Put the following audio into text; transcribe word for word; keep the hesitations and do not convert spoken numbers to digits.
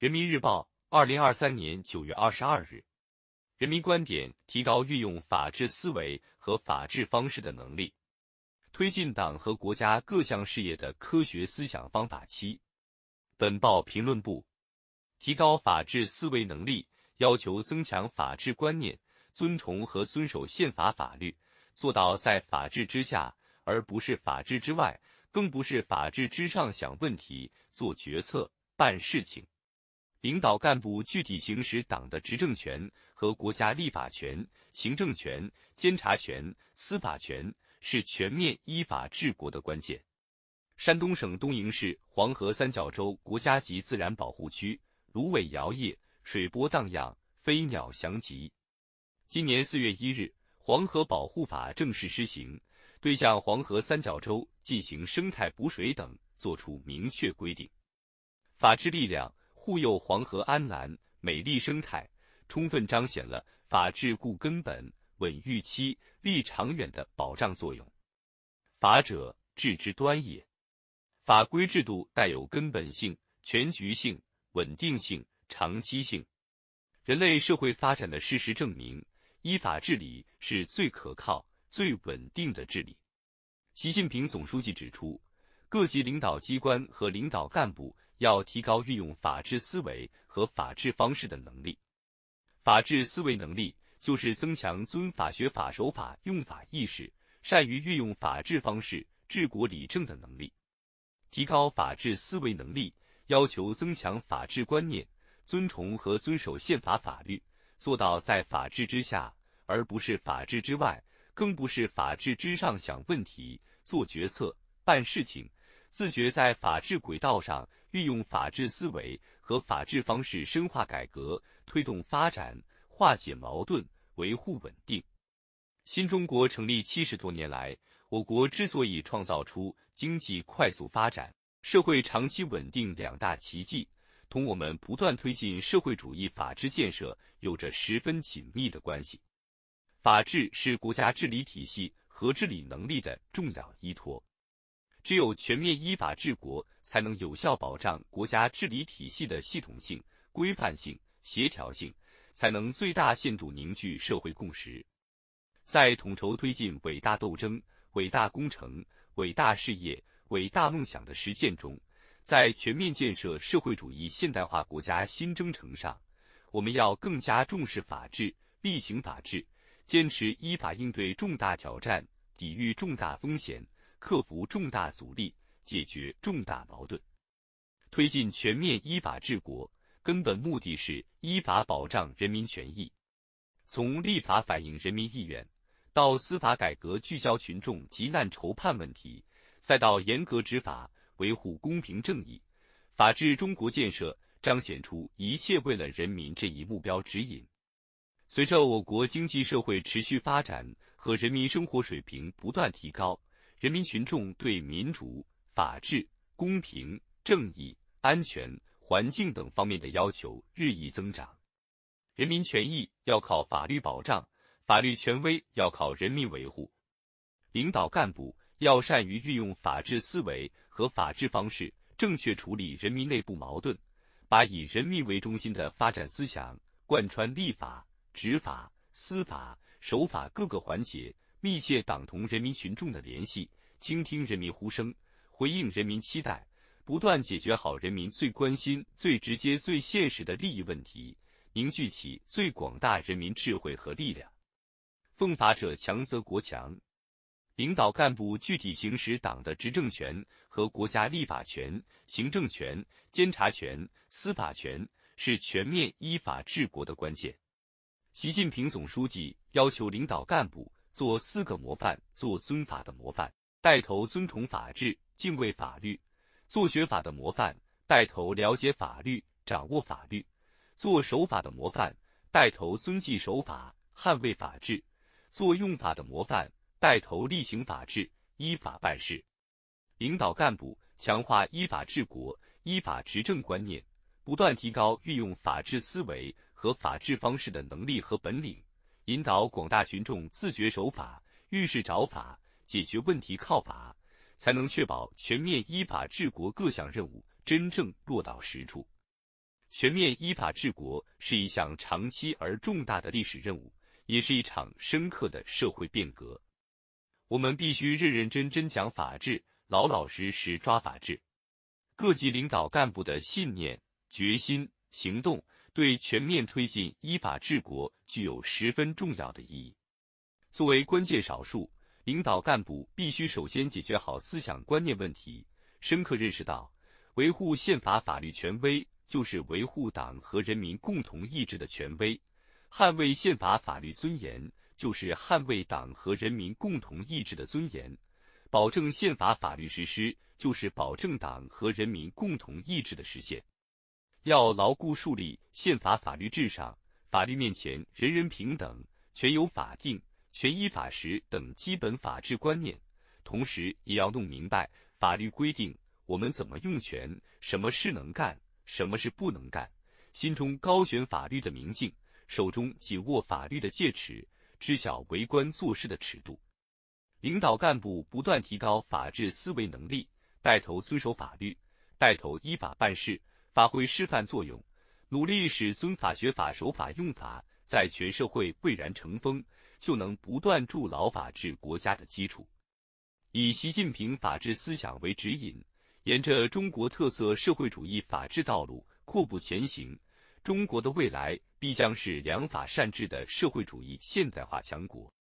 人民日报，二零二三年九月二十二日。人民观点：提高运用法治思维和法治方式的能力，推进党和国家各项事业的科学思想方法。七。本报评论部：提高法治思维能力，要求增强法治观念，尊崇和遵守宪法法律，做到在法治之下，而不是法治之外，更不是法治之上想问题、做决策、办事情。领导干部具体行使党的执政权和国家立法权、行政权、监察权、司法权，是全面依法治国的关键。山东省东营市黄河三角洲国家级自然保护区，芦苇摇曳，水波荡漾，飞鸟翔集。今年四月一日，黄河保护法正式施行，对向黄河三角洲进行生态补水等作出明确规定。法治力量护佑黄河安澜、美丽生态，充分彰显了法治固根本、稳预期、立长远的保障作用。法者，治之端也。法规制度带有根本性、全局性、稳定性、长期性。人类社会发展的事实证明，依法治理是最可靠、最稳定的治理。习近平总书记指出，各级领导机关和领导干部要提高运用法治思维和法治方式的能力。法治思维能力就是增强遵法学法守法用法意识，善于运用法治方式治国理政的能力。提高法治思维能力，要求增强法治观念，尊崇和遵守宪法法律，做到在法治之下，而不是法治之外，更不是法治之上想问题、做决策、办事情，自觉在法治轨道上运用法治思维和法治方式深化改革，推动发展，化解矛盾，维护稳定。新中国成立七十多年来，我国之所以创造出经济快速发展、社会长期稳定两大奇迹，同我们不断推进社会主义法治建设有着十分紧密的关系。法治是国家治理体系和治理能力的重要依托。只有全面依法治国，才能有效保障国家治理体系的系统性、规范性、协调性，才能最大限度凝聚社会共识。在统筹推进伟大斗争、伟大工程、伟大事业、伟大梦想的实践中，在全面建设社会主义现代化国家新征程上，我们要更加重视法治，力行法治，坚持依法应对重大挑战，抵御重大风险，克服重大阻力，解决重大矛盾。推进全面依法治国，根本目的是依法保障人民权益。从立法反映人民意愿，到司法改革聚焦群众急难愁盼问题，再到严格执法，维护公平正义，法治中国建设彰显出一切为了人民这一目标指引。随着我国经济社会持续发展和人民生活水平不断提高，人民群众对民主、法治、公平、正义、安全、环境等方面的要求日益增长。人民权益要靠法律保障，法律权威要靠人民维护。领导干部要善于运用法治思维和法治方式，正确处理人民内部矛盾，把以人民为中心的发展思想贯穿立法、执法、司法、守法各个环节，密切党同人民群众的联系，倾听人民呼声，回应人民期待，不断解决好人民最关心、最直接、最现实的利益问题，凝聚起最广大人民智慧和力量。奉法者强则国强。领导干部具体行使党的执政权和国家立法权、行政权、监察权、司法权，是全面依法治国的关键。习近平总书记要求领导干部做四个模范：做遵法的模范，带头尊崇法治、敬畏法律；做学法的模范，带头了解法律、掌握法律；做守法的模范，带头遵纪守法、捍卫法治；做用法的模范，带头力行法治，依法办事。领导干部强化依法治国、依法执政观念，不断提高运用法治思维和法治方式的能力和本领，引导广大群众自觉守法、遇事找法、解决问题靠法，才能确保全面依法治国各项任务真正落到实处。 全面依法治国是一项长期而重大的历史任务，也是一场深刻的社会变革。我们必须认认真真讲法治，老老实实抓法治。各级领导干部的信念、决心、行动，对全面推进依法治国具有十分重要的意义。作为关键少数，领导干部必须首先解决好思想观念问题，深刻认识到，维护宪法法律权威就是维护党和人民共同意志的权威，捍卫宪法法律尊严就是捍卫党和人民共同意志的尊严，保证宪法法律实施就是保证党和人民共同意志的实现。要牢固树立宪法法律至上、法律面前人人平等、权有法定、权依法实等基本法治观念，同时也要弄明白法律规定我们怎么用权，什么事能干，什么是不能干，心中高悬法律的明镜，手中紧握法律的戒尺，知晓为官做事的尺度。领导干部不断提高法治思维能力，带头遵守法律，带头依法办事，发挥示范作用，努力使遵法学法守法用法在全社会蔚然成风，就能不断筑牢法治国家的基础。以习近平法治思想为指引，沿着中国特色社会主义法治道路阔步前行，中国的未来必将是良法善治的社会主义现代化强国。